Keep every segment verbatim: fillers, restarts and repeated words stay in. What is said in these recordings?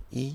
一，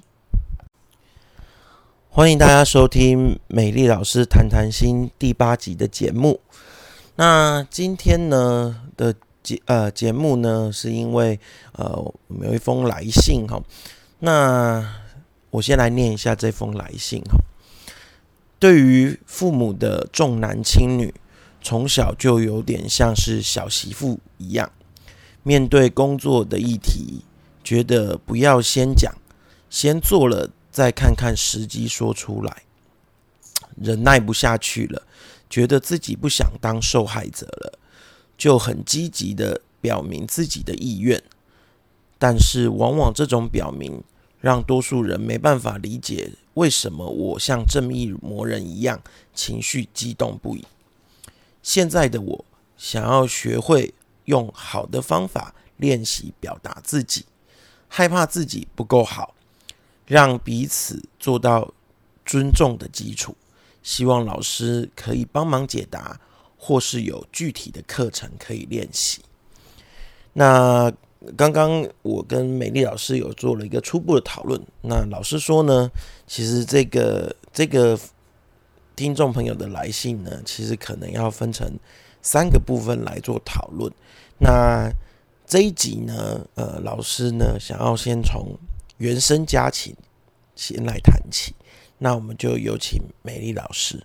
欢迎大家收听美丽老师谈谈心第八集的节目。那今天呢的节呃节目呢，是因为呃我们有一封来信哈。那我先来念一下这封来信哈。对于父母的重男轻女，从小就有点像是小媳妇一样，面对工作的议题，觉得不要先讲，先做了再看看时机说出来，忍耐不下去了，觉得自己不想当受害者了，就很积极的表明自己的意愿。但是往往这种表明让多数人没办法理解，为什么我像正义魔人一样情绪激动不已。现在的我想要学会用好的方法练习表达自己，害怕自己不够好，让彼此做到尊重的基础。希望老师可以帮忙解答，或是有具体的课程可以练习。那刚刚我跟美丽老师有做了一个初步的讨论，那老师说呢，其实这个这个听众朋友的来信呢，其实可能要分成三个部分来做讨论。那这一集呢，呃，老师呢想要先从原生家庭先来谈起，那我们就有请美丽老师。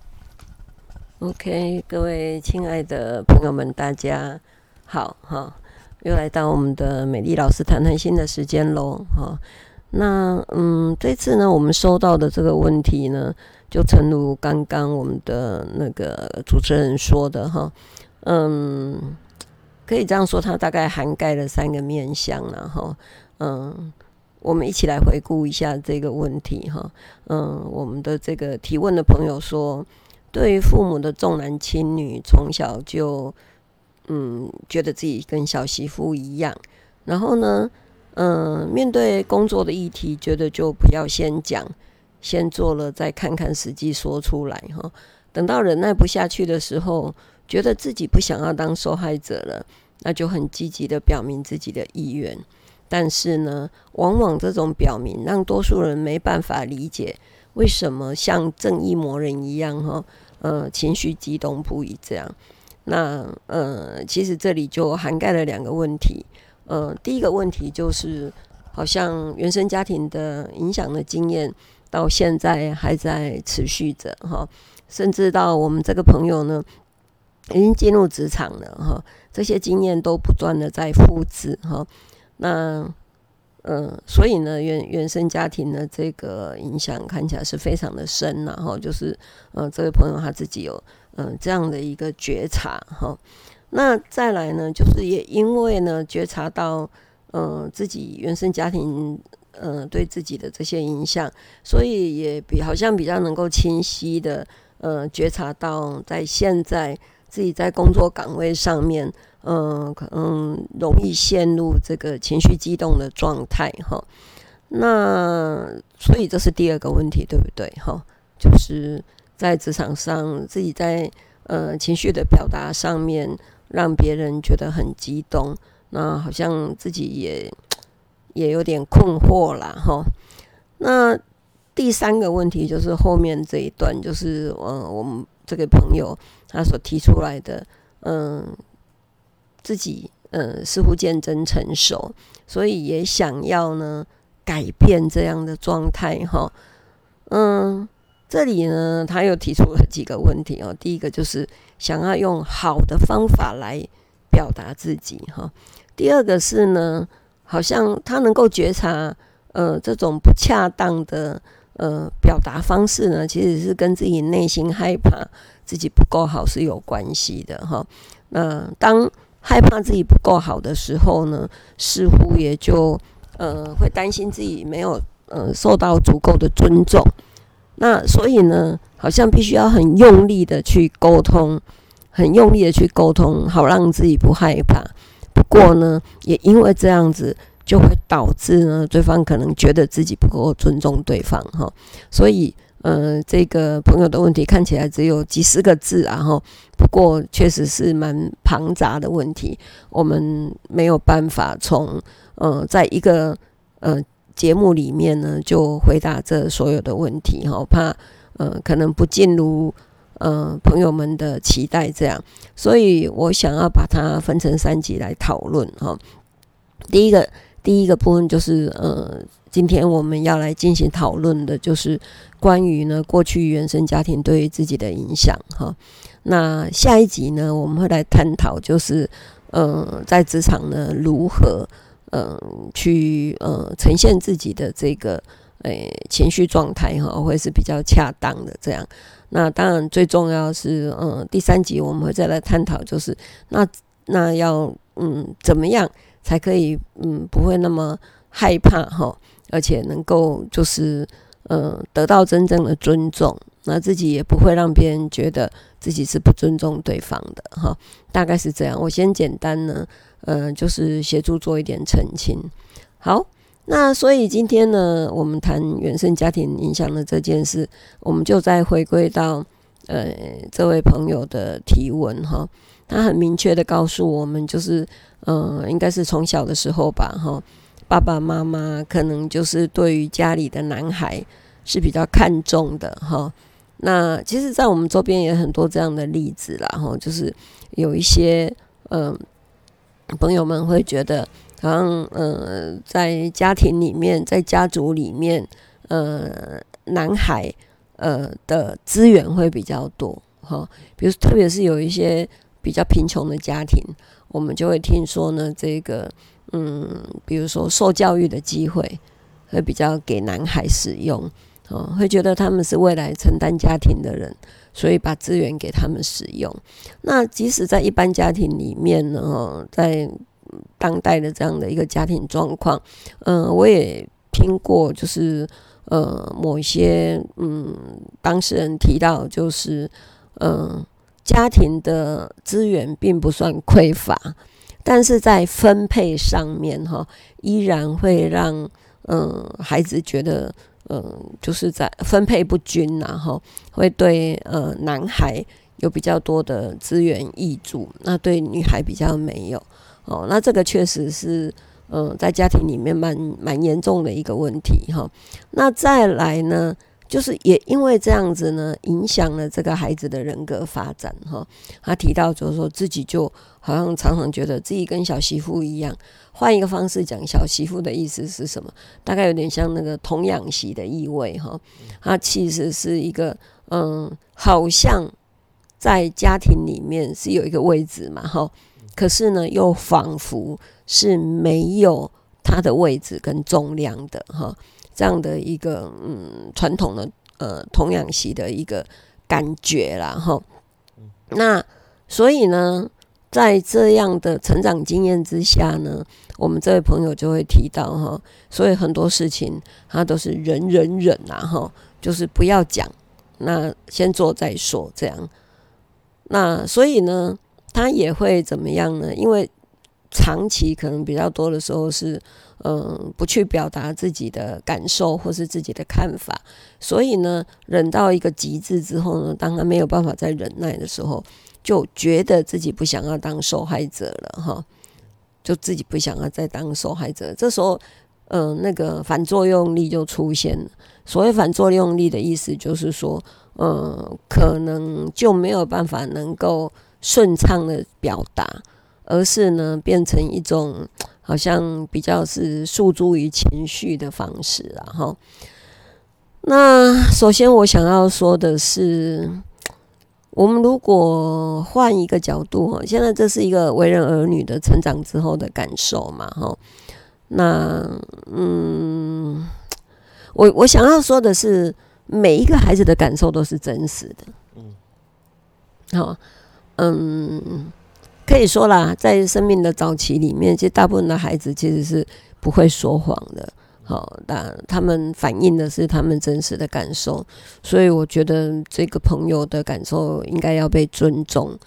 OK， 各位亲爱的朋友们，大家好哈，又来到我们的美丽老师谈谈心的时间喽哈。那嗯，这次呢，我们收到的这个问题呢，就诚如刚刚我们的那个主持人说的哈，嗯，可以这样说，它大概涵盖了三个面向啦哈，嗯。我们一起来回顾一下这个问题哈，嗯，我们的这个提问的朋友说，对于父母的重男轻女，从小就嗯觉得自己跟小媳妇一样，然后呢，嗯，面对工作的议题，觉得就不要先讲，先做了再看看实际说出来哈。等到忍耐不下去的时候，觉得自己不想要当受害者了，那就很积极的表明自己的意愿。但是呢，往往这种表明让多数人没办法理解，为什么像正义魔人一样哈，呃，情绪激动不已这样。那呃，其实这里就涵盖了两个问题。呃，第一个问题就是，好像原生家庭的影响的经验到现在还在持续着哈，甚至到我们这个朋友呢，已经进入职场了哈，这些经验都不断的在复制哈。那呃，所以呢，原原生家庭的这个影响看起来是非常的深啦，哈，就是呃，这位朋友他自己有呃这样的一个觉察哈。那再来呢，就是也因为呢觉察到呃自己原生家庭呃对自己的这些影响，所以也比好像比较能够清晰的呃觉察到，在现在自己在工作岗位上面。嗯，可能容易陷入这个情绪激动的状态哈。那所以这是第二个问题，对不对哈？就是在职场上，自己在呃情绪的表达上面，让别人觉得很激动，那好像自己也也有点困惑啦哈。那第三个问题就是后面这一段，就是呃我们这个朋友他所提出来的，嗯。自己呃似乎渐增成熟，所以也想要呢改变这样的状态哈。嗯，这里呢他又提出了几个问题哦。第一个就是想要用好的方法来表达自己哈。第二个是呢，好像他能够觉察呃这种不恰当的呃表达方式呢，其实是跟自己内心害怕自己不够好是有关系的哈。那当害怕自己不够好的时候呢，似乎也就呃会担心自己没有呃受到足够的尊重。那所以呢，好像必须要很用力的去沟通，很用力的去沟通，好让自己不害怕。不过呢，也因为这样子，就会导致呢，对方可能觉得自己不够尊重对方哈。所以呃，这个朋友的问题看起来只有几十个字啊哈，不过确实是蛮庞杂的问题，我们没有办法从呃，在一个呃节目里面呢就回答这所有的问题哈，怕呃可能不尽如呃朋友们的期待这样，所以我想要把它分成三集来讨论哈。第一个第一个部分就是呃，今天我们要来进行讨论的就是关于呢过去原生家庭对于自己的影响哈。那下一集呢，我们会来探讨就是呃在职场呢如何呃去呃呈现自己的这个诶情绪状态哈，会是比较恰当的这样。那当然最重要是呃第三集我们会再来探讨就是那那要嗯怎么样才可以嗯不会那么害怕哈，而且能够就是呃得到真正的尊重，那自己也不会让别人觉得自己是不尊重对方的哈，大概是这样。我先简单呢呃就是协助做一点澄清。好，那所以今天呢我们谈原生家庭影响的这件事，我们就再回归到呃这位朋友的提问哈。他很明确的告诉我们，就是呃，应该是从小的时候吧，哈，爸爸妈妈可能就是对于家里的男孩是比较看重的，哈。那其实，在我们周边也很多这样的例子啦，哈，就是有一些呃朋友们会觉得，好像呃在家庭里面，在家族里面，呃，男孩呃的资源会比较多，哈，比如特别是有一些比较贫穷的家庭，我们就会听说呢，这个嗯，比如说受教育的机会会比较给男孩使用，哦，会觉得他们是未来承担家庭的人，所以把资源给他们使用。那即使在一般家庭里面呢，哦，在当代的这样的一个家庭状况，嗯、呃，我也听过，就是呃，某一些嗯当事人提到，就是嗯。呃家庭的资源并不算匮乏，但是在分配上面哈，依然会让嗯孩子觉得嗯就是在分配不均呐哈，会对呃男孩有比较多的资源挹注，那对女孩比较没有哦，那这个确实是呃在家庭里面蛮蛮严重的一个问题哈。那再来呢？就是也因为这样子呢，影响了这个孩子的人格发展哈。他提到就是说自己就好像常常觉得自己跟小媳妇一样，换一个方式讲，小媳妇的意思是什么？大概有点像那个童养媳的意味哈。他其实是一个嗯，好像在家庭里面是有一个位置嘛哈，可是呢又仿佛是没有他的位置跟重量的哈。这样的一个嗯传统的呃童养媳的一个感觉啦哈，那所以呢，在这样的成长经验之下呢，我们这位朋友就会提到哈，所以很多事情他都是忍忍忍啊哈，就是不要讲，那先做再说这样。那所以呢，他也会怎么样呢？因为长期可能比较多的时候是，嗯，不去表达自己的感受或是自己的看法，所以呢，忍到一个极致之后呢，当他没有办法再忍耐的时候，就觉得自己不想要当受害者了哈，就自己不想要再当受害者。这时候，嗯，那个反作用力就出现了。所谓反作用力的意思就是说，嗯，可能就没有办法能够顺畅的表达。而是呢，变成一种好像比较是诉诸于情绪的方式啦哈。那首先我想要说的是，我们如果换一个角度哈，现在这是一个为人儿女的成长之后的感受嘛哈。那嗯，我我想要说的是，每一个孩子的感受都是真实的。嗯，好，嗯。可以说啦，在生命的早期里面，其实大部分的孩子其实是不会说谎的。好，但他们反映的是他们真实的感受，所以我觉得这个朋友的感受应该要被尊重。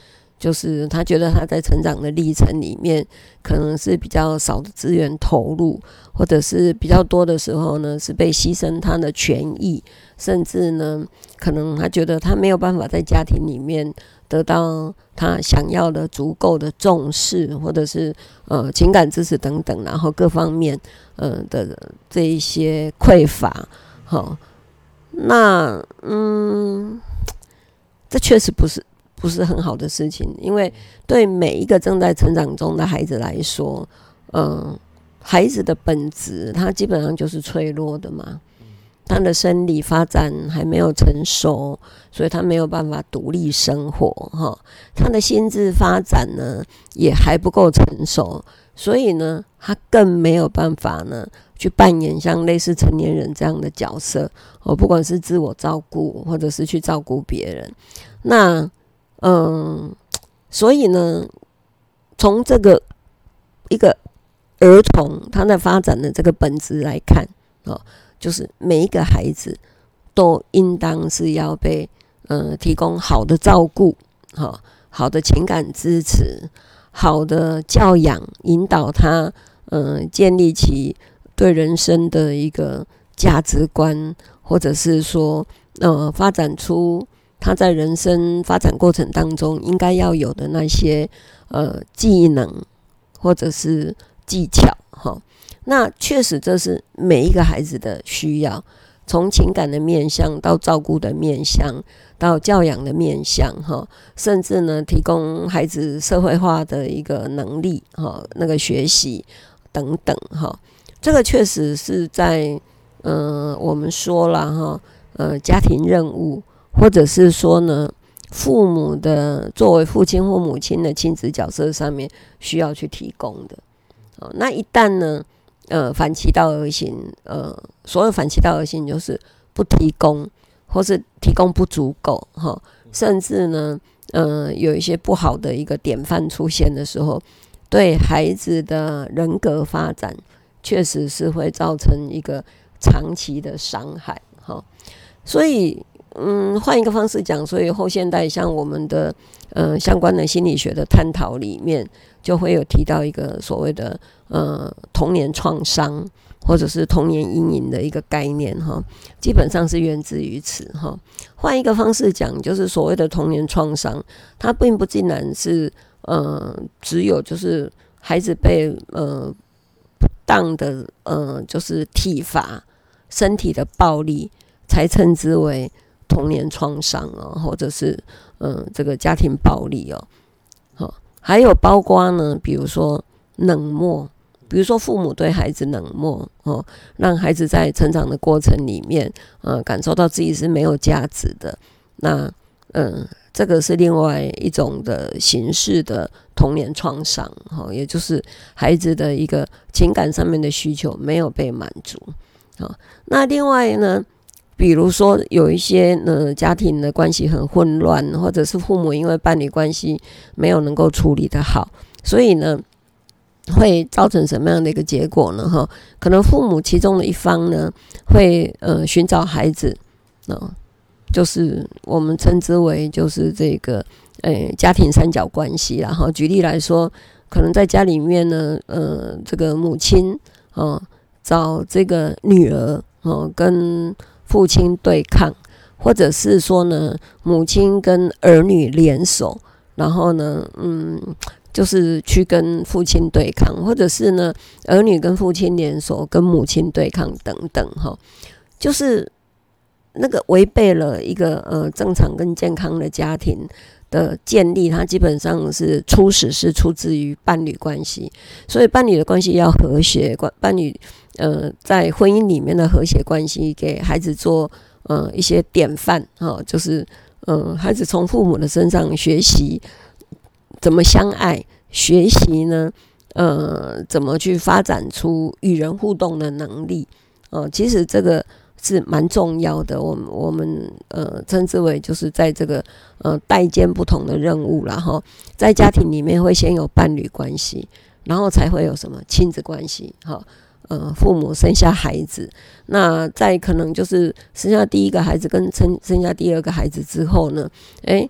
就是他觉得他在成长的历程里面，可能是比较少的资源投入，或者是比较多的时候呢，是被牺牲他的权益，甚至呢，可能他觉得他没有办法在家庭里面得到他想要的足够的重视，或者是呃情感支持等等，然后各方面呃的这一些匮乏，好，那嗯，这确实不是。不是很好的事情，因为对每一个正在成长中的孩子来说，嗯，孩子的本质，他基本上就是脆弱的嘛。他的生理发展还没有成熟，所以他没有办法独立生活哈。他的心智发展呢也还不够成熟，所以呢，他更没有办法呢去扮演像类似成年人这样的角色哦，不管是自我照顾或者是去照顾别人，那。嗯，所以呢，从这个一个儿童他的发展的这个本质来看，哦，就是每一个孩子都应当是要被呃提供好的照顾，哦，好的情感支持，好的教养，引导他呃建立起对人生的一个价值观，或者是说呃发展出。他在人生发展过程当中应该要有的那些呃技能或者是技巧哈，那确实这是每一个孩子的需要，从情感的面向到照顾的面向到教养的面向哈，甚至呢提供孩子社会化的一个能力哈，那个学习等等哈，这个确实是在呃我们说了哈呃家庭任务。或者是说呢，父母的作为父亲或母亲的亲子角色上面需要去提供的，哦，那一旦呢，呃，反其道而行，呃，所谓反其道而行就是不提供，或是提供不足够，哈，甚至呢，呃，有一些不好的一个典范出现的时候，对孩子的人格发展确实是会造成一个长期的伤害，哈，所以。嗯，换一个方式讲，所以后现代像我们的呃相关的心理学的探讨里面，就会有提到一个所谓的呃童年创伤或者是童年阴影的一个概念哈，基本上是源自于此哈。换一个方式讲，就是所谓的童年创伤，它并不尽然是呃只有就是孩子被呃不当的呃就是体罚、身体的暴力才称之为。童年创伤哦，或者是嗯、呃、这个家庭暴力哦，好，还有包括呢，比如说冷漠，比如说父母对孩子冷漠哦，让孩子在成长的过程里面，呃，感受到自己是没有价值的。那嗯、呃，这个是另外一种的形式的童年创伤哈、哦，也就是孩子的一个情感上面的需求没有被满足。好、哦，那另外呢？比如说有一些呢家庭的关系很混乱，或者是父母因为伴侣关系没有能够处理得好，所以呢会造成什么样的一个结果呢？哈，可能父母其中的一方呢会呃寻找孩子，呃，就是我们称之为就是这个呃家庭三角关系啦。哈，举例来说，可能在家里面呢，呃，这个母亲哦、呃、找这个女儿哦、呃、跟父亲对抗，或者是说呢，母亲跟儿女联手，然后呢，嗯，就是去跟父亲对抗，或者是呢，儿女跟父亲联手跟母亲对抗等等，哈，就是那个违背了一个呃正常跟健康的家庭的建立，它基本上是初始是出自于伴侣关系，所以伴侣的关系要和谐，伴侣呃在婚姻里面的和谐关系，给孩子做呃一些典范，哦，就是呃孩子从父母的身上学习怎么相爱，学习呢呃怎么去发展出与人互动的能力，哦，其实这个是蛮重要的，我们我们呃称之为就是在这个呃代间不同的任务啦哈，在家庭里面会先有伴侣关系，然后才会有什么亲子关系哈，呃父母生下孩子，那再可能就是生下第一个孩子跟生生下第二个孩子之后呢，哎，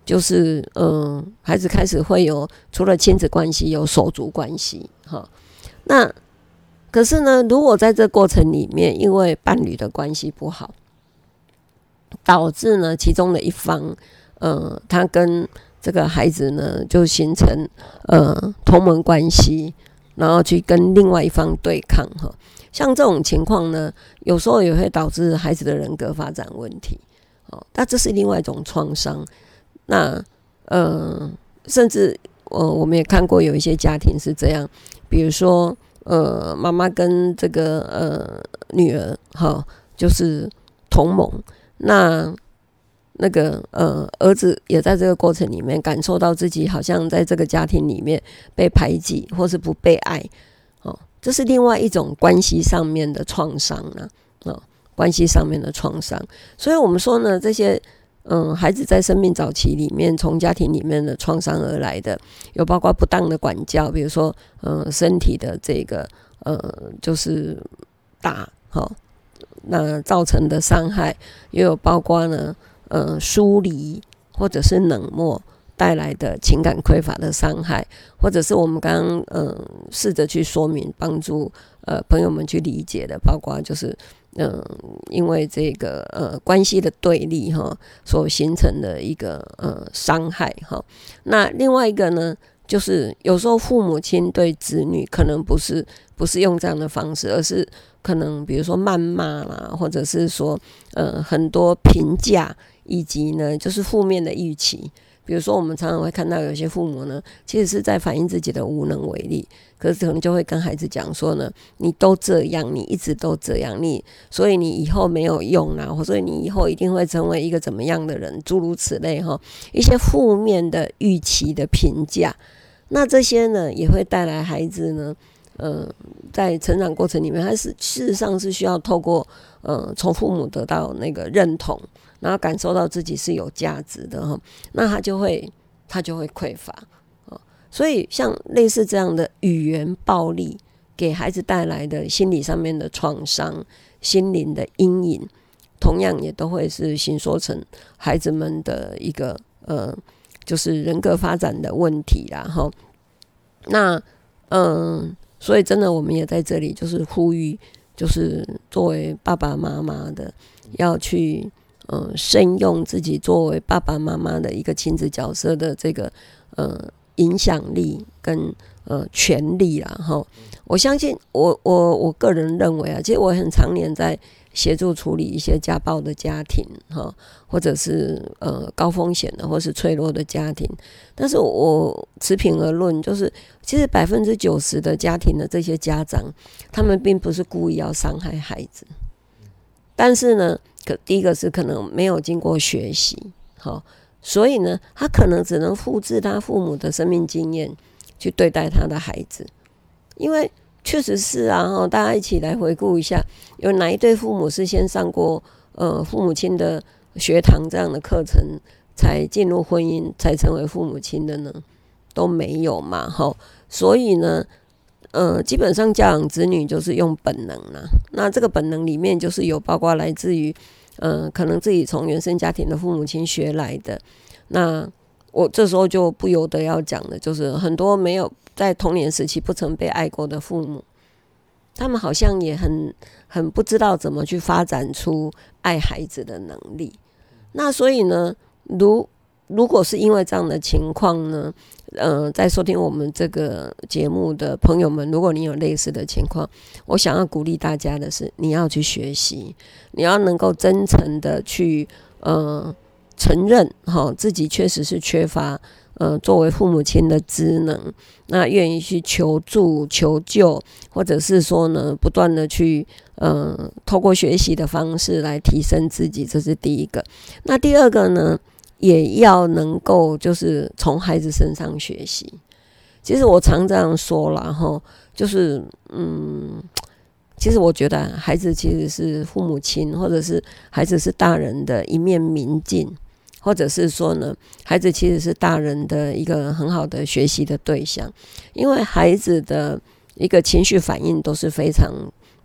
就是嗯，孩子开始会有除了亲子关系有手足关系哈。那可是呢，如果在这过程里面，因为伴侣的关系不好，导致呢其中的一方，呃，他跟这个孩子呢就形成呃同盟关系，然后去跟另外一方对抗哈。像这种情况呢，有时候也会导致孩子的人格发展问题。哦，那这是另外一种创伤。那呃，甚至呃，我们也看过有一些家庭是这样，比如说呃，妈妈跟这个呃女儿哈，就是同盟，那那个呃儿子也在这个过程里面感受到自己好像在这个家庭里面被排挤或是不被爱，哦，这是另外一种关系上面的创伤啊，哦，关系上面的创伤。所以我们说呢，这些嗯，孩子在生命早期里面从家庭里面的创伤而来的，有包括不当的管教，比如说嗯身体的这个呃就是打齁，那造成的伤害，也有包括呢呃疏离或者是冷漠带来的情感匮乏的伤害，或者是我们刚刚呃试着去说明帮助呃朋友们去理解的，包括就是嗯、呃，因为这个呃关系的对立哈所形成的一个呃伤害哈。那另外一个呢，就是有时候父母亲对子女可能不是不是用这样的方式，而是可能比如说谩骂啦，或者是说呃很多评价，以及呢就是负面的预期。比如说我们常常会看到有些父母呢，其实是在反映自己的无能为力，可是可能就会跟孩子讲说呢，你都这样，你一直都这样，你所以你以后没有用啦，或所以你以后一定会成为一个怎么样的人，诸如此类哈，一些负面的预期的评价。那这些呢也会带来孩子呢呃在成长过程里面，他是事实上是需要透过呃从父母得到那个认同，然后感受到自己是有价值的哈，那他就会他就会匮乏。所以像类似这样的语言暴力给孩子带来的心理上面的创伤、心灵的阴影，同样也都会是形塑成孩子们的一个呃，就是人格发展的问题啦哈。那嗯、呃，所以真的我们也在这里就是呼吁，就是作为爸爸妈妈的要去呃慎用自己作为爸爸妈妈的一个亲子角色的这个呃。影响力跟呃权力啦哈，我相信我我我个人认为啊，其实我很常年在协助处理一些家暴的家庭哈，或者是呃高风险的或是脆弱的家庭，但是我持平而论，就是其实百分之九十的家庭的这些家长，他们并不是故意要伤害孩子，但是呢，可第一个是可能没有经过学习哈。所以呢，他可能只能复制他父母的生命经验去对待他的孩子，因为确实是啊，大家一起来回顾一下，有哪一对父母是先上过呃父母亲的学堂这样的课程，才进入婚姻，才成为父母亲的呢？都没有嘛，哈。所以呢，呃，基本上教养子女就是用本能啦。那这个本能里面就是有包括来自于。呃，可能自己从原生家庭的父母亲学来的，那我这时候就不由得要讲的，就是很多没有在童年时期不曾被爱过的父母，他们好像也很很不知道怎么去发展出爱孩子的能力。那所以呢，如如果是因为这样的情况呢，呃，在收听我们这个节目的朋友们，如果你有类似的情况，我想要鼓励大家的是，你要去学习，你要能够真诚的去呃承认哈自己确实是缺乏呃作为父母亲的职能，那愿意去求助、求救，或者是说呢，不断的去呃透过学习的方式来提升自己，这是第一个。那第二个呢？也要能够就是从孩子身上学习。其实我常这样说啦齁，就是嗯，其实我觉得孩子其实是父母亲，或者是孩子是大人的一面明镜，或者是说呢，孩子其实是大人的一个很好的学习的对象，因为孩子的一个情绪反应都是非常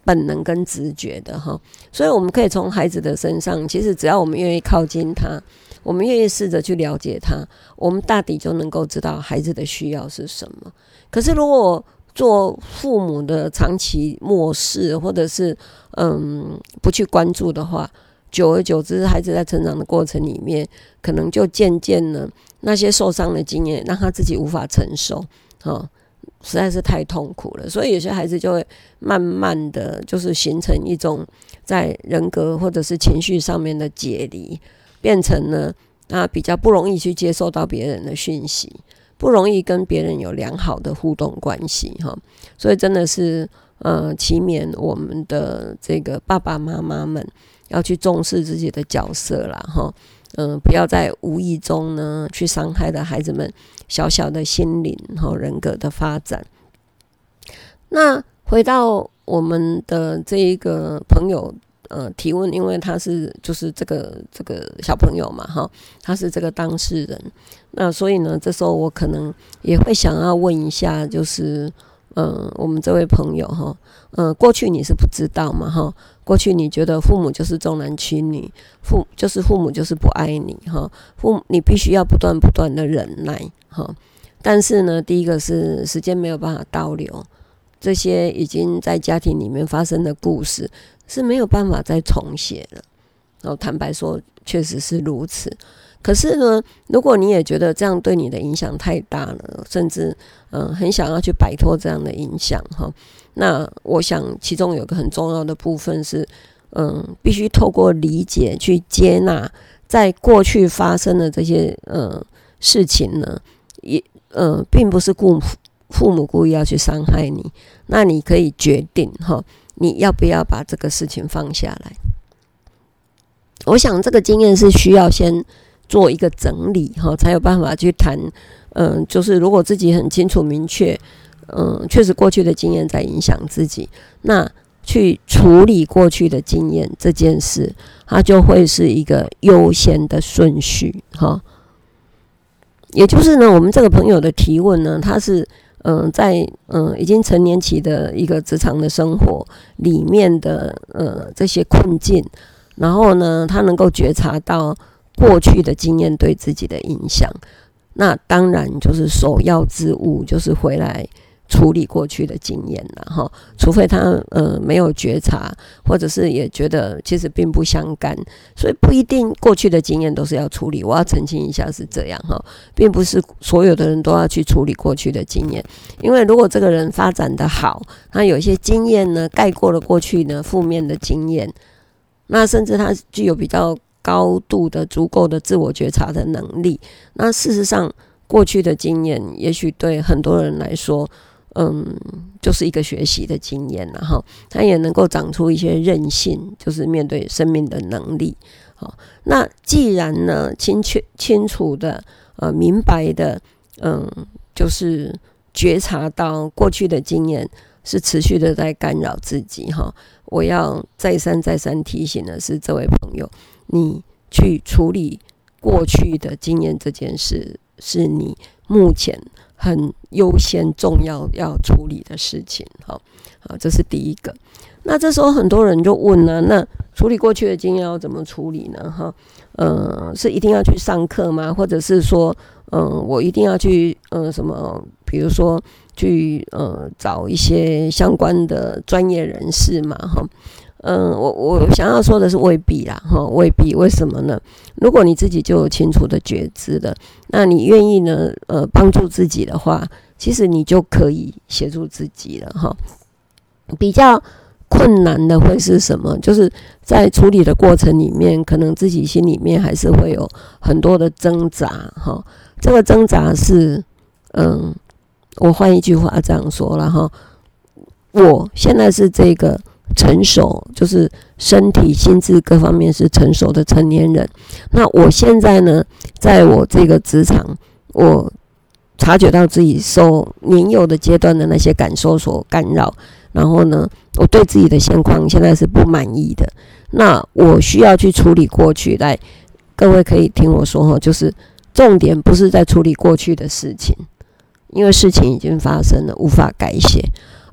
本能跟直觉的哈。所以我们可以从孩子的身上，其实只要我们愿意靠近他，我们愿意试着去了解他，我们大抵就能够知道孩子的需要是什么。可是如果做父母的长期漠视，或者是嗯不去关注的话，久而久之，孩子在成长的过程里面，可能就渐渐呢，那些受伤的经验让他自己无法承受，哦，实在是太痛苦了。所以有些孩子就会慢慢的就是形成一种在人格或者是情绪上面的解离，变成呢，他比较不容易去接受到别人的讯息，不容易跟别人有良好的互动关系，哈。所以真的是呃，祈勉我们的这个爸爸妈妈们要去重视自己的角色啦，哈，嗯、呃，不要在无意中呢去伤害了孩子们小小的心灵和人格的发展。那回到我们的这一个朋友呃提问，因为他是就是这个这个小朋友嘛，哈，他是这个当事人，那所以呢，这时候我可能也会想要问一下，就是呃，我们这位朋友哈，呃，过去你是不知道嘛，哈，过去你觉得父母就是重男轻女，父就是父母就是不爱你，哈，父母你必须要不断不断的忍耐，哈。但是呢，第一个是时间没有办法倒流，这些已经在家庭里面发生的故事是没有办法再重写了。然后坦白说，确实是如此。可是呢，如果你也觉得这样对你的影响太大了，甚至嗯、呃、很想要去摆脱这样的影响哈，那我想其中有一个很重要的部分是，嗯，必须透过理解去接纳，在过去发生的这些呃事情呢，也呃并不是故父母故意要去伤害你，那你可以决定哈，你要不要把这个事情放下来。我想这个经验是需要先做一个整理哈，才有办法去谈。嗯、呃，就是如果自己很清楚明确，嗯、呃，确实过去的经验在影响自己，那去处理过去的经验这件事，它就会是一个优先的顺序哈。也就是呢，我们这个朋友的提问呢，他是嗯、呃，在嗯、呃、已经成年期的一个职场的生活里面的呃这些困境，然后呢，他能够觉察到过去的经验对自己的影响，那当然就是首要之务就是回来处理过去的经验啦齁，除非他呃没有觉察，或者是也觉得其实并不相干，所以不一定过去的经验都是要处理。我要澄清一下是这样齁，并不是所有的人都要去处理过去的经验，因为如果这个人发展得好，他有一些经验呢盖过了过去呢负面的经验，那甚至他具有比较高度的足够的自我觉察的能力，那事实上过去的经验也许对很多人来说嗯，就是一个学习的经验啦齁，他也能够长出一些韧性，就是面对生命的能力。好，那既然呢清确清楚的呃明白的嗯，就是觉察到过去的经验是持续的在干扰自己齁，我要再三再三提醒的是，这位朋友，你去处理过去的经验这件事，是你目前很优先重要要处理的事情。好，好，这是第一个。那这时候很多人就问了，那处理过去的经验要怎么处理呢？哈，呃，是一定要去上课吗？或者是说，嗯、呃，我一定要去呃什么，比如说去呃找一些相关的专业人士嘛？哈。嗯，我我想要说的是未必啦，哈，未必。为什么呢？如果你自己就有清楚的觉知的，那你愿意呢，呃，帮助自己的话，其实你就可以协助自己了，哈。比较困难的会是什么？就是在处理的过程里面，可能自己心里面还是会有很多的挣扎，哈。这个挣扎是，嗯，我换一句话这样说了哈，我现在是这个成熟，就是身体、心智各方面是成熟的成年人。那我现在呢，在我这个职场，我察觉到自己受年幼的阶段的那些感受所干扰，然后呢，我对自己的现况现在是不满意的。那我需要去处理过去，来，各位可以听我说哈，就是重点不是在处理过去的事情，因为事情已经发生了，无法改写。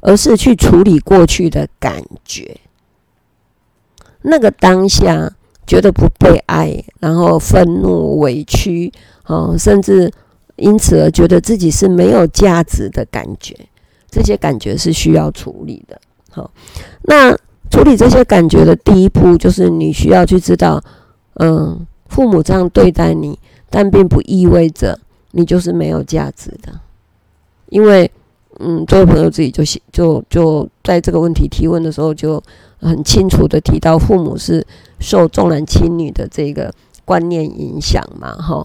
而是去处理过去的感觉。那个当下觉得不被爱，然后愤怒、委屈，哦，甚至因此而觉得自己是没有价值的感觉，这些感觉是需要处理的。好，那处理这些感觉的第一步，就是你需要去知道，嗯，父母这样对待你，但并不意味着你就是没有价值的。因为，嗯，这位朋友自己就就就在这个问题提问的时候，就很清楚的提到，父母是受重男轻女的这个观念影响嘛，哈。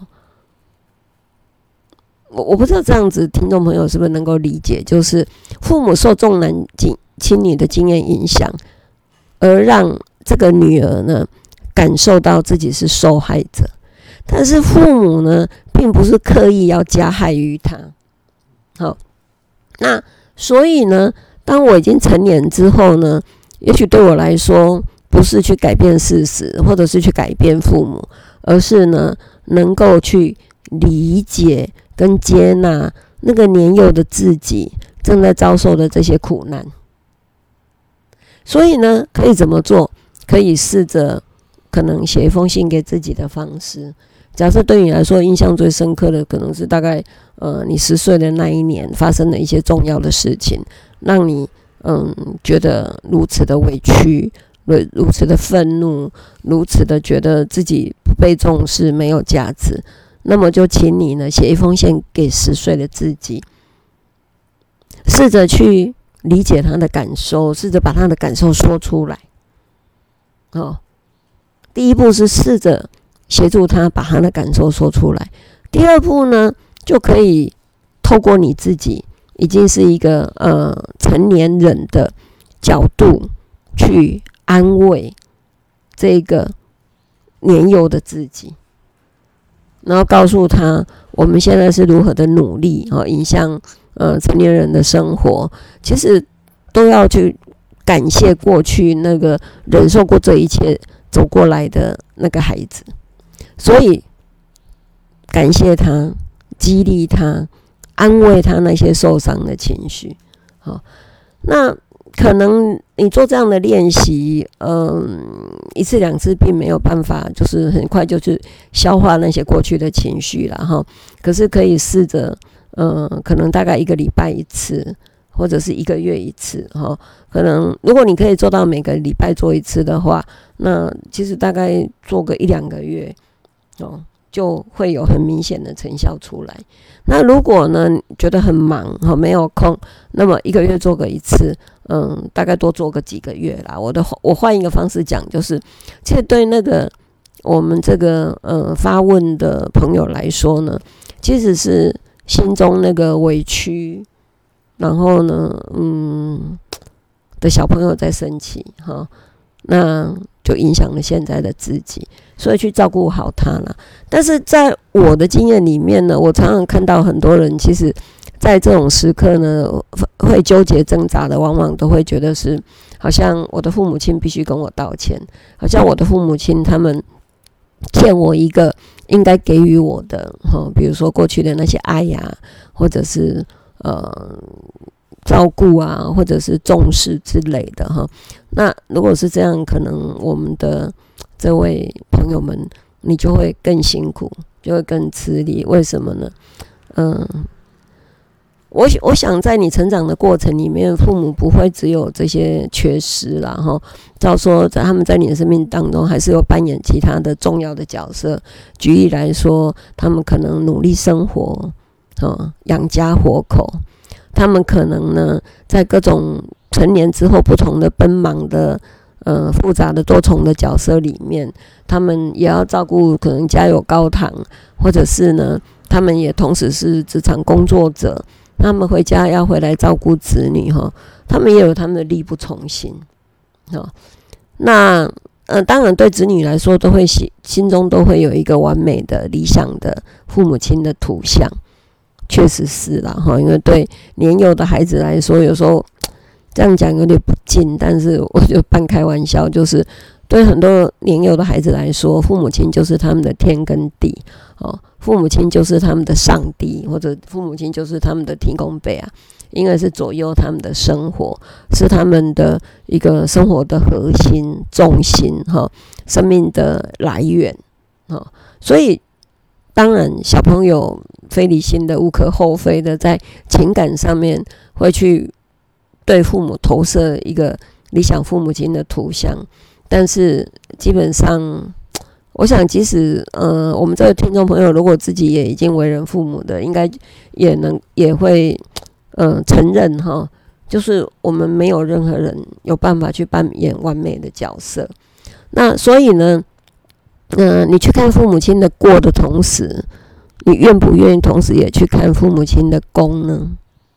我我不知道这样子听众朋友是不是能够理解，就是父母受重男轻女的经验影响，而让这个女儿呢感受到自己是受害者，但是父母呢并不是刻意要加害于她。好，那所以呢，当我已经成年之后呢，也许对我来说不是去改变事实，或者是去改变父母，而是呢能够去理解跟接纳那个年幼的自己正在遭受的这些苦难。所以呢，可以怎么做？可以试着可能写一封信给自己的方式。假设对你来说印象最深刻的，可能是大概呃你十岁的那一年发生的一些重要的事情，让你嗯觉得如此的委屈，如此的愤怒，如此的觉得自己不被重视，没有价值。那么就请你呢写一封信给十岁的自己，试着去理解他的感受，试着把他的感受说出来。哦，第一步是试着协助他把他的感受说出来。第二步呢，就可以透过你自己已经是一个呃成年人的角度去安慰这个年幼的自己。然后告诉他，我们现在是如何的努力，哦，影响呃成年人的生活，其实都要去感谢过去那个忍受过这一切走过来的那个孩子，所以感谢他，激励他，安慰他那些受伤的情绪。好，那可能你做这样的练习，嗯，一次两次并没有办法，就是很快就去消化那些过去的情绪啦，哈。可是可以试着，嗯，可能大概一个礼拜一次，或者是一个月一次，哈。可能如果你可以做到每个礼拜做一次的话，那其实大概做个一两个月，哦，就会有很明显的成效出来。那如果呢觉得很忙，没有空，那么一个月做个一次，嗯，大概多做个几个月啦。我的我换一个方式讲，就是其实对那个我们这个呃发问的朋友来说呢，其实是心中那个委屈，然后呢，嗯的小朋友在生气哈，那就影响了现在的自己，所以去照顾好他啦。但是在我的经验里面呢，我常常看到很多人其实在这种时刻呢会纠结挣扎的，往往都会觉得是好像我的父母亲必须跟我道歉，好像我的父母亲他们欠我一个应该给予我的，比如说过去的那些爱呀，或者是呃照顾啊，或者是重视之类的哈。那如果是这样，可能我们的这位朋友们，你就会更辛苦，就会更吃力。为什么呢？嗯，我我想在你成长的过程里面，父母不会只有这些缺失啦哈。照说，在他们在你的生命当中，还是有扮演其他的重要的角色。举例来说，他们可能努力生活，哦，养家活口。他们可能呢，在各种成年之后不同的奔忙的、呃复杂的多重的角色里面，他们也要照顾可能家有高堂，或者是呢，他们也同时是职场工作者，他们回家要回来照顾子女哈，他们也有他们的力不从心，哈。那呃，当然对子女来说，都会心心中都会有一个完美的、理想的父母亲的图像。确实是啦哈，因为对年幼的孩子来说，有时候这样讲有点不敬，但是我就半开玩笑，就是对很多年幼的孩子来说，父母亲就是他们的天跟地哦，父母亲就是他们的上帝，或者父母亲就是他们的天公伯啊，因为是左右他们的生活，是他们的一个生活的核心重心哈、哦，生命的来源哦，所以当然小朋友非理性的无可厚非的在情感上面会去对父母投射一个理想父母亲的图像，但是基本上我想即使呃我们这个听众朋友如果自己也已经为人父母的，应该也能也会呃承认哈，就是我们没有任何人有办法去扮演完美的角色。那所以呢呃你去看父母亲的过的同时，你愿不愿意同时也去看父母亲的功呢？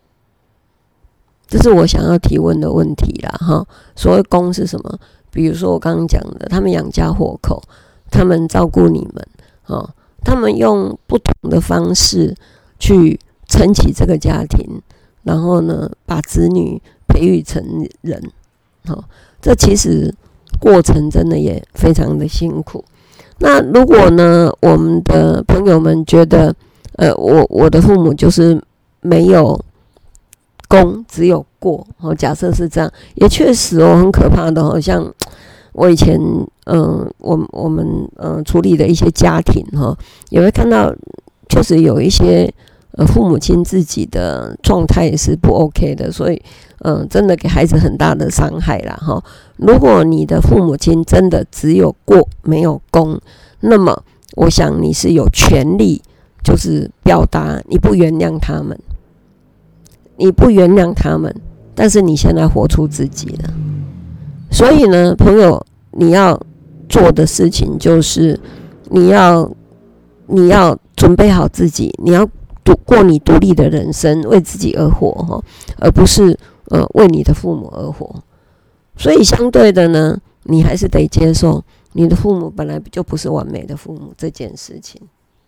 这是我想要提问的问题啦哈。所谓功是什么？比如说我刚刚讲的，他们养家活口，他们照顾你们哦，他们用不同的方式去撑起这个家庭，然后呢把子女培育成人哦，这其实过程真的也非常的辛苦。那如果呢我们的朋友们觉得呃我我的父母就是没有功只有过哦，假设是这样，也确实哦很可怕的，好像我以前嗯、呃、我我们呃处理的一些家庭哈，也会看到确实有一些呃父母亲自己的状态是不 OK 的，所以嗯、呃、真的给孩子很大的伤害啦哈。如果你的父母亲真的只有过没有功，那么我想你是有权利就是表达你不原谅他们，你不原谅他们，但是你现在活出自己了。所以呢，朋友，你要做的事情就是你要你要准备好自己，你要过你独立的人生，为自己而活，而不是呃为你的父母而活。所以相对的呢，你还是得接受你的父母本来就不是完美的父母这件事情。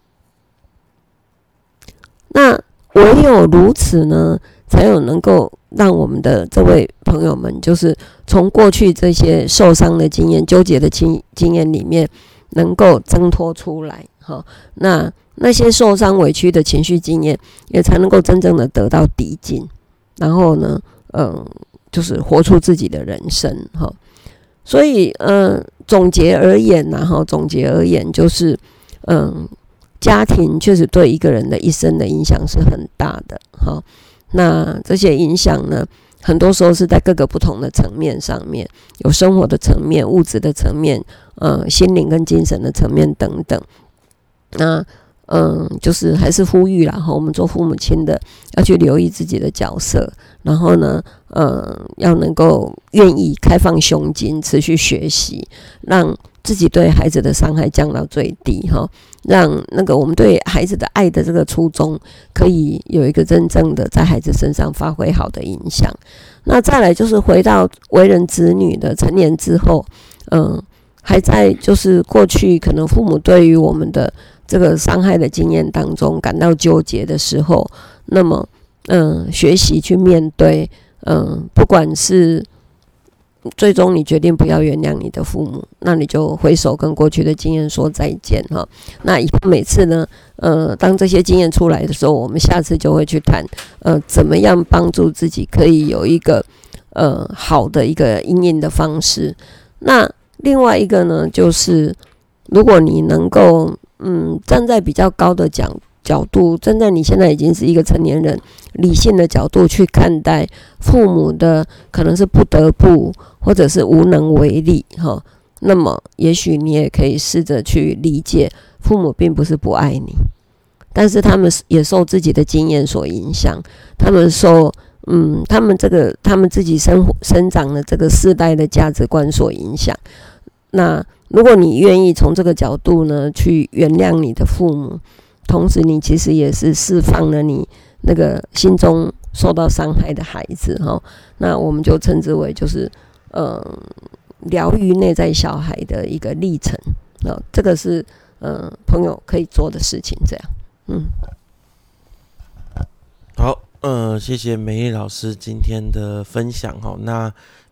那唯有如此呢，才有能够让我们的这位朋友们，就是从过去这些受伤的经验、纠结的经经验里面，能够挣脱出来。哈，那那些受伤、委屈的情绪经验，也才能够真正的得到抵进，然后呢，嗯，就是活出自己的人生。哈，所以，嗯，总结而言呐，哈，总结而言就是，嗯。家庭确实对一个人的一生的影响是很大的，哈。那这些影响呢，很多时候是在各个不同的层面上面，有生活的层面、物质的层面、呃，心灵跟精神的层面等等。那嗯，就是还是呼吁啦，哈，我们做父母亲的要去留意自己的角色，然后呢，呃，要能够愿意开放胸襟，持续学习，让自己对孩子的伤害降到最低，哈，让那个我们对孩子的爱的这个初衷，可以有一个真正的在孩子身上发挥好的影响。那再来就是回到为人子女的成年之后，嗯，还在就是过去可能父母对于我们的这个伤害的经验当中感到纠结的时候，那么嗯，学习去面对，嗯，不管是最终你决定不要原谅你的父母，那你就挥手跟过去的经验说再见哈。那以后每次呢，呃，当这些经验出来的时候，我们下次就会去谈，呃，怎么样帮助自己可以有一个呃好的一个因应的方式。那另外一个呢，就是如果你能够嗯站在比较高的角角度，站在你现在已经是一个成年人理性的角度去看待父母的可能是不得不或者是无能为力，那么也许你也可以试着去理解，父母并不是不爱你，但是他们也受自己的经验所影响，他们受嗯，他们这个他们自己生生长的这个世代的价值观所影响。那如果你愿意从这个角度呢去原谅你的父母，同时你其实也是释放了你那个心中受到伤害的孩子，那我们就称之为就是呃疗愈内在小孩的一个历程，这个是呃朋友可以做的事情。这样，嗯， 好，呃，谢谢美丽老师今天的分享哈。那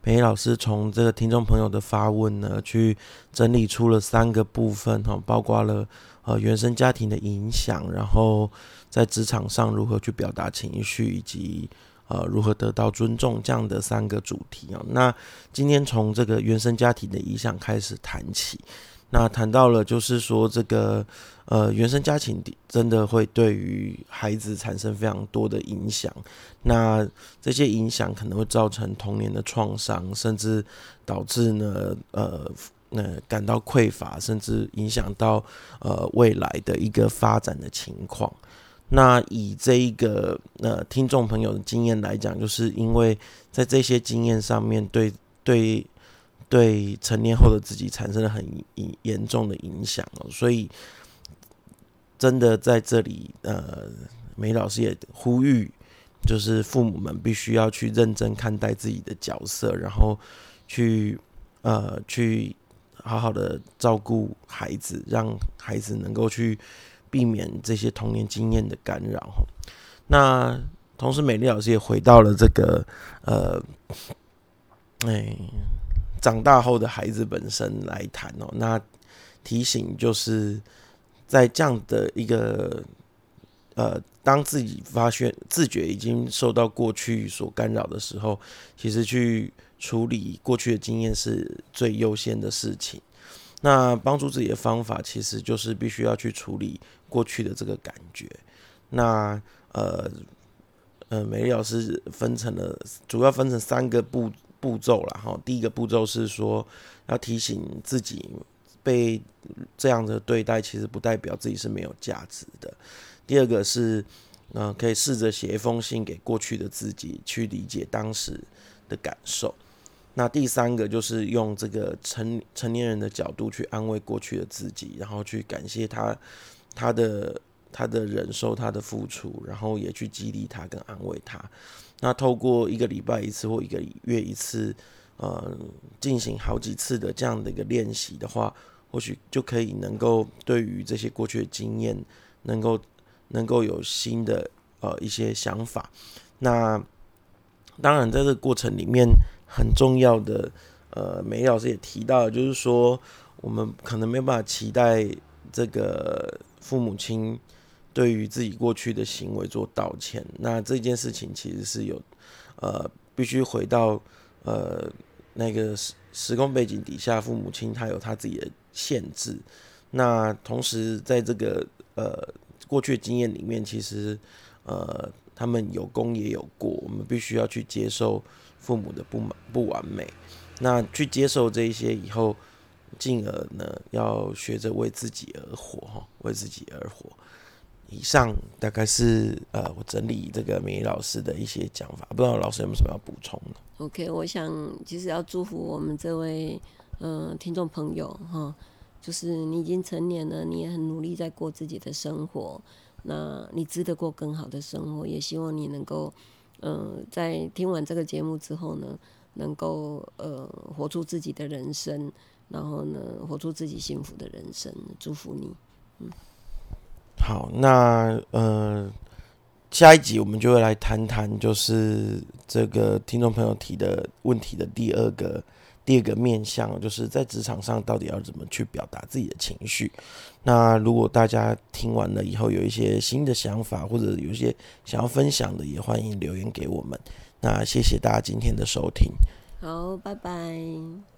美丽老师从这个听众朋友的发问呢，去整理出了三个部分哈，包括了呃原生家庭的影响，然后在职场上如何去表达情绪，以及呃如何得到尊重这样的三个主题啊。那今天从这个原生家庭的影响开始谈起。那谈到了，就是说这个呃原生家庭真的会对于孩子产生非常多的影响。那这些影响可能会造成童年的创伤，甚至导致呢呃呃感到匮乏，甚至影响到呃未来的一个发展的情况。那以这一个呃听众朋友的经验来讲，就是因为在这些经验上面对对。对成年后的自己产生了很严重的影响哦，所以真的在这里，呃，梅老师也呼吁，就是父母们必须要去认真看待自己的角色，然后去呃去好好的照顾孩子，让孩子能够去避免这些童年经验的干扰。那同时，美丽老师也回到了这个呃，哎。长大后的孩子本身来谈哦，那提醒就是在这样的一个呃，当自己发现自觉已经受到过去所干扰的时候，其实去处理过去的经验是最优先的事情。那帮助自己的方法，其实就是必须要去处理过去的这个感觉。那呃呃，美丽老师分成了主要分成三个步。步骤啦，哈，第一个步骤是说要提醒自己，被这样的对待，其实不代表自己是没有价值的。第二个是，呃，可以试着写一封信给过去的自己，去理解当时的感受。那第三个就是用这个成成年人的角度去安慰过去的自己，然后去感谢他他的他的忍受，他的付出，然后也去激励他跟安慰他。那透过一个礼拜一次或一个月一次，呃，进行好几次的这样的一个练习的话，或许就可以能够对于这些过去的经验，能够能够有新的呃一些想法。那当然，在这个过程里面，很重要的，呃，美丽老师也提到，就是说，我们可能没有办法期待这个父母亲对于自己过去的行为做道歉。那这件事情其实是有，呃，必须回到呃那个时空背景底下，父母亲他有他自己的限制。那同时在这个呃过去的经验里面，其实呃他们有功也有过，我们必须要去接受父母的不满不完美。那去接受这一些以后，进而呢要学着为自己而活，为自己而活。以上大概是呃我整理这个美丽老师的一些讲法，不知道老师有没有什么要补充的 ？OK， 我想其实要祝福我们这位呃听众朋友哈，就是你已经成年了，你也很努力在过自己的生活，那你值得过更好的生活，也希望你能够呃在听完这个节目之后呢，能够呃活出自己的人生，然后呢活出自己幸福的人生，祝福你，嗯。 好，那呃，下一集我们就会来谈谈，就是这个听众朋友提的问题的第二个第二个面向，就是在职场上到底要怎么去表达自己的情绪。那如果大家听完了以后有一些新的想法，或者有一些想要分享的，也欢迎留言给我们。那谢谢大家今天的收听。 好，拜拜。